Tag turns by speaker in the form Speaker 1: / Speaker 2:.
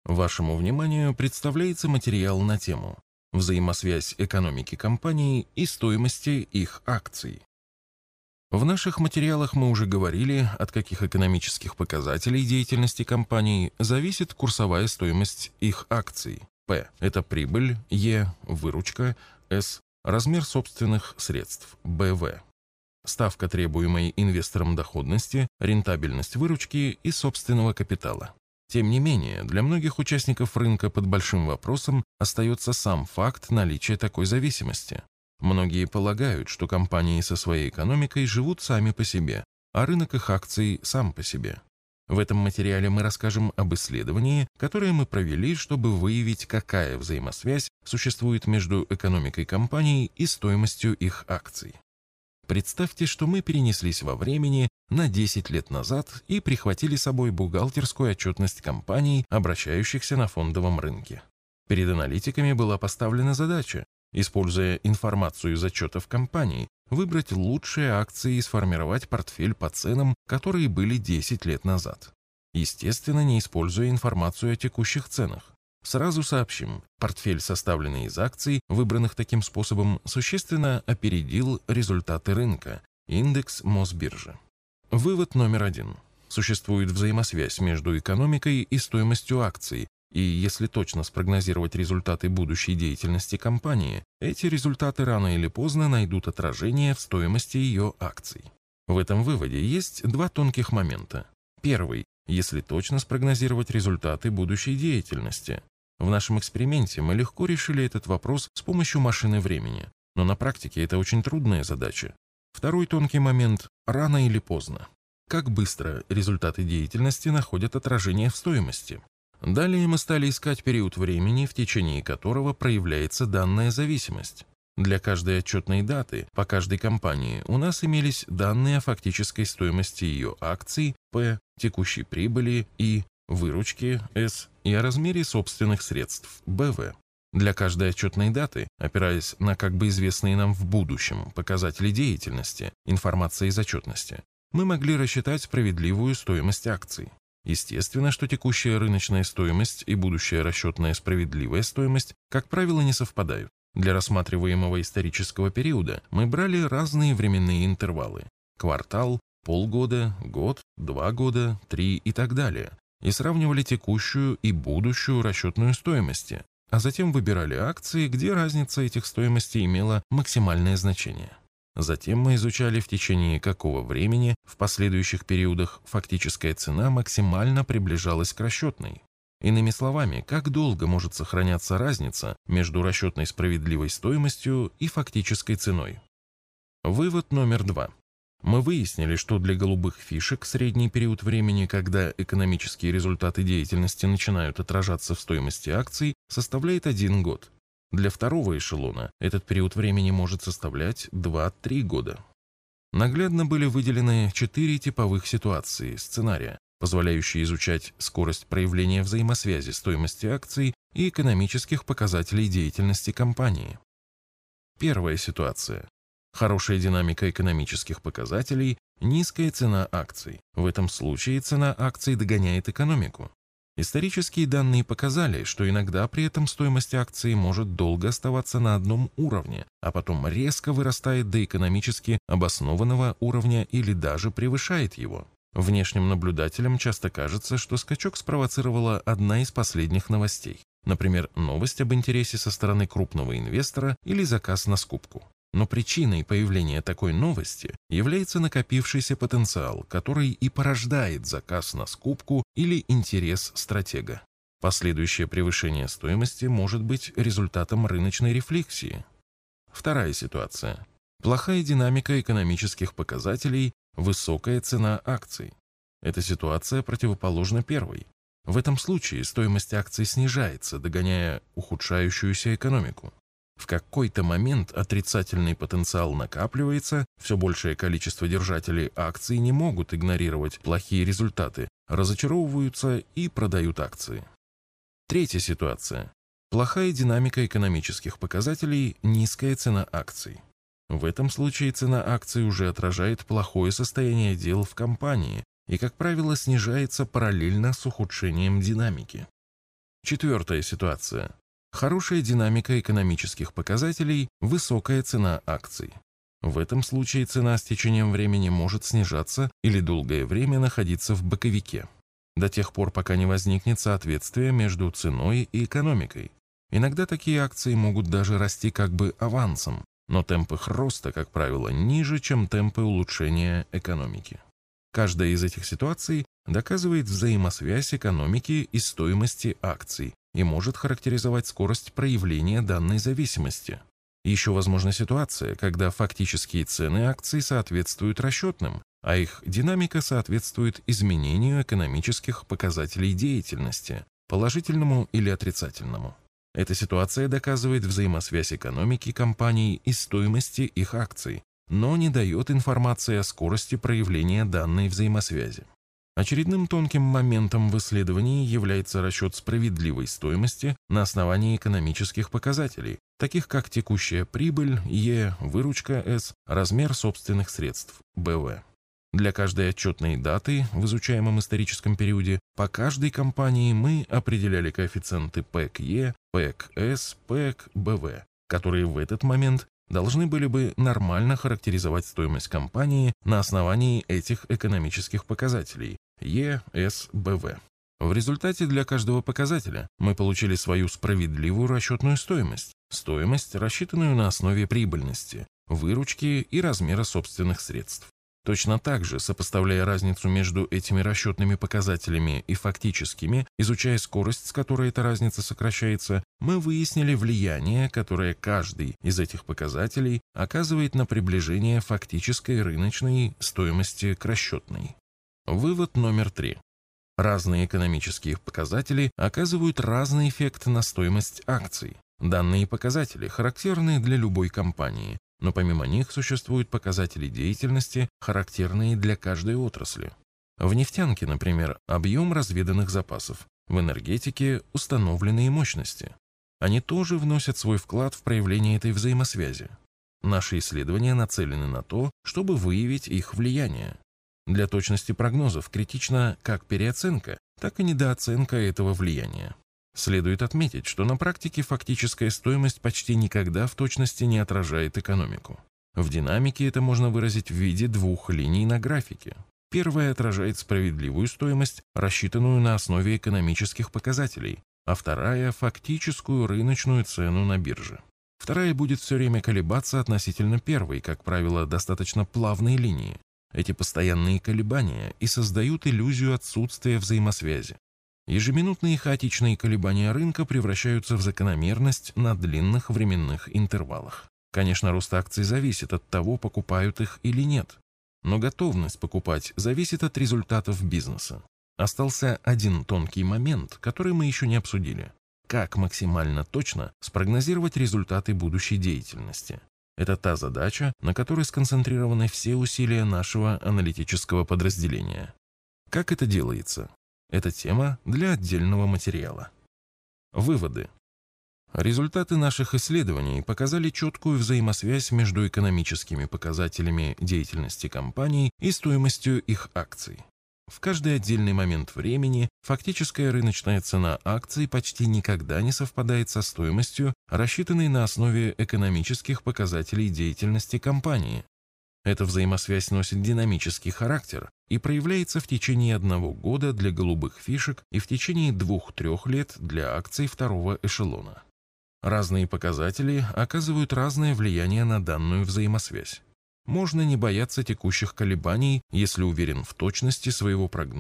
Speaker 1: Вашему вниманию представляется материал на тему «Взаимосвязь экономики компании и стоимости их акций». В наших материалах мы уже говорили, от каких экономических показателей деятельности компании зависит курсовая стоимость их акций. П – это прибыль, Е – выручка, С – размер собственных средств, БВ. Ставка требуемой инвесторам доходности, рентабельность выручки и собственного капитала. Тем не менее, для многих участников рынка под большим вопросом остается сам факт наличия такой зависимости. Многие полагают, что компании со своей экономикой живут сами по себе, а рынок их акций сам по себе. В этом материале мы расскажем об исследовании, которое мы провели, чтобы выявить, какая взаимосвязь существует между экономикой компаний и стоимостью их акций. Представьте, что мы перенеслись во времени на 10 лет назад и прихватили с собой бухгалтерскую отчетность компаний, обращающихся на фондовом рынке. Перед аналитиками была поставлена задача, используя информацию из отчетов компаний, выбрать лучшие акции и сформировать портфель по ценам, которые были 10 лет назад. Естественно, не используя информацию о текущих ценах. Сразу сообщим, портфель, составленный из акций, выбранных таким способом, существенно опередил результаты рынка, индекс Мосбиржи. Вывод номер 1. Существует взаимосвязь между экономикой и стоимостью акций, и если точно спрогнозировать результаты будущей деятельности компании, эти результаты рано или поздно найдут отражение в стоимости ее акций. В этом выводе есть два тонких момента. Первый. Если точно спрогнозировать результаты будущей деятельности. В нашем эксперименте мы легко решили этот вопрос с помощью машины времени, но на практике это очень трудная задача. Второй тонкий момент – рано или поздно. Как быстро результаты деятельности находят отражение в стоимости. Далее мы стали искать период времени, в течение которого проявляется данная зависимость. Для каждой отчетной даты по каждой компании у нас имелись данные о фактической стоимости ее акций, П, текущей прибыли, И, выручки, С, и о размере собственных средств, БВ. Для каждой отчетной даты, опираясь на как бы известные нам в будущем показатели деятельности, информация из отчетности, мы могли рассчитать справедливую стоимость акций. Естественно, что текущая рыночная стоимость и будущая расчетная справедливая стоимость, как правило, не совпадают. Для рассматриваемого исторического периода мы брали разные временные интервалы – квартал, полгода, год, 2 года, 3 и так далее, и сравнивали текущую и будущую расчетную стоимости, а затем выбирали акции, где разница этих стоимостей имела максимальное значение. Затем мы изучали, в течение какого времени в последующих периодах фактическая цена максимально приближалась к расчетной. Иными словами, как долго может сохраняться разница между расчетной справедливой стоимостью и фактической ценой. Вывод номер 2. Мы выяснили, что для голубых фишек средний период времени, когда экономические результаты деятельности начинают отражаться в стоимости акций, составляет 1 год. Для второго эшелона этот период времени может составлять 2-3 года. Наглядно были выделены 4 типовых ситуации сценария, позволяющие изучать скорость проявления взаимосвязи стоимости акций и экономических показателей деятельности компании. Первая ситуация. Хорошая динамика экономических показателей, низкая цена акций. В этом случае цена акций догоняет экономику. Исторические данные показали, что иногда при этом стоимость акций может долго оставаться на одном уровне, а потом резко вырастает до экономически обоснованного уровня или даже превышает его. Внешним наблюдателям часто кажется, что скачок спровоцировала одна из последних новостей. Например, новость об интересе со стороны крупного инвестора или заказ на скупку. Но причиной появления такой новости является накопившийся потенциал, который и порождает заказ на скупку или интерес стратега. Последующее превышение стоимости может быть результатом рыночной рефлексии. Вторая ситуация. Плохая динамика экономических показателей, высокая цена акций. Эта ситуация противоположна первой. В этом случае стоимость акций снижается, догоняя ухудшающуюся экономику. В какой-то момент отрицательный потенциал накапливается, все большее количество держателей акций не могут игнорировать плохие результаты, разочаровываются и продают акции. Третья ситуация. Плохая динамика экономических показателей, низкая цена акций. В этом случае цена акций уже отражает плохое состояние дел в компании и, как правило, снижается параллельно с ухудшением динамики. Четвертая ситуация. Хорошая динамика экономических показателей, высокая цена акций. В этом случае цена с течением времени может снижаться или долгое время находиться в боковике, до тех пор, пока не возникнет соответствие между ценой и экономикой. Иногда такие акции могут даже расти как бы авансом, но темп их роста, как правило, ниже, чем темпы улучшения экономики. Каждая из этих ситуаций доказывает взаимосвязь экономики и стоимости акций и может характеризовать скорость проявления данной зависимости. Еще возможна ситуация, когда фактические цены акций соответствуют расчетным, а их динамика соответствует изменению экономических показателей деятельности, положительному или отрицательному. Эта ситуация доказывает взаимосвязь экономики компаний и стоимости их акций, но не дает информации о скорости проявления данной взаимосвязи. Очередным тонким моментом в исследовании является расчет справедливой стоимости на основании экономических показателей, таких как текущая прибыль, Е, выручка, С, размер собственных средств, БВ. Для каждой отчетной даты в изучаемом историческом периоде по каждой компании мы определяли коэффициенты ПЭК-Е, ПЭК-С, ПЭК-БВ, которые в этот момент должны были бы нормально характеризовать стоимость компании на основании этих экономических показателей Е, С, БВ. В результате для каждого показателя мы получили свою справедливую расчетную стоимость, рассчитанную на основе прибыльности, выручки и размера собственных средств. Точно так же, сопоставляя разницу между этими расчетными показателями и фактическими, изучая скорость, с которой эта разница сокращается, мы выяснили влияние, которое каждый из этих показателей оказывает на приближение фактической рыночной стоимости к расчетной. Вывод номер 3. Разные экономические показатели оказывают разный эффект на стоимость акций. Данные показатели характерны для любой компании, но помимо них существуют показатели деятельности, характерные для каждой отрасли. В нефтянке, например, объем разведанных запасов, в энергетике – установленные мощности. Они тоже вносят свой вклад в проявление этой взаимосвязи. Наши исследования нацелены на то, чтобы выявить их влияние. Для точности прогнозов критична как переоценка, так и недооценка этого влияния. Следует отметить, что на практике фактическая стоимость почти никогда в точности не отражает экономику. В динамике это можно выразить в виде двух линий на графике. Первая отражает справедливую стоимость, рассчитанную на основе экономических показателей, а вторая – фактическую рыночную цену на бирже. Вторая будет все время колебаться относительно первой, как правило, достаточно плавной линии. Эти постоянные колебания и создают иллюзию отсутствия взаимосвязи. Ежеминутные хаотичные колебания рынка превращаются в закономерность на длинных временных интервалах. Конечно, рост акций зависит от того, покупают их или нет. Но готовность покупать зависит от результатов бизнеса. Остался один тонкий момент, который мы еще не обсудили. Как максимально точно спрогнозировать результаты будущей деятельности? Это та задача, на которой сконцентрированы все усилия нашего аналитического подразделения. Как это делается? Это тема для отдельного материала. Выводы. Результаты наших исследований показали четкую взаимосвязь между экономическими показателями деятельности компаний и стоимостью их акций. В каждый отдельный момент времени фактическая рыночная цена акций почти никогда не совпадает со стоимостью, рассчитанной на основе экономических показателей деятельности компании. Эта взаимосвязь носит динамический характер и проявляется в течение 1 года для голубых фишек и в течение 2-3 лет для акций второго эшелона. Разные показатели оказывают разное влияние на данную взаимосвязь. Можно не бояться текущих колебаний, если уверен в точности своего прогноза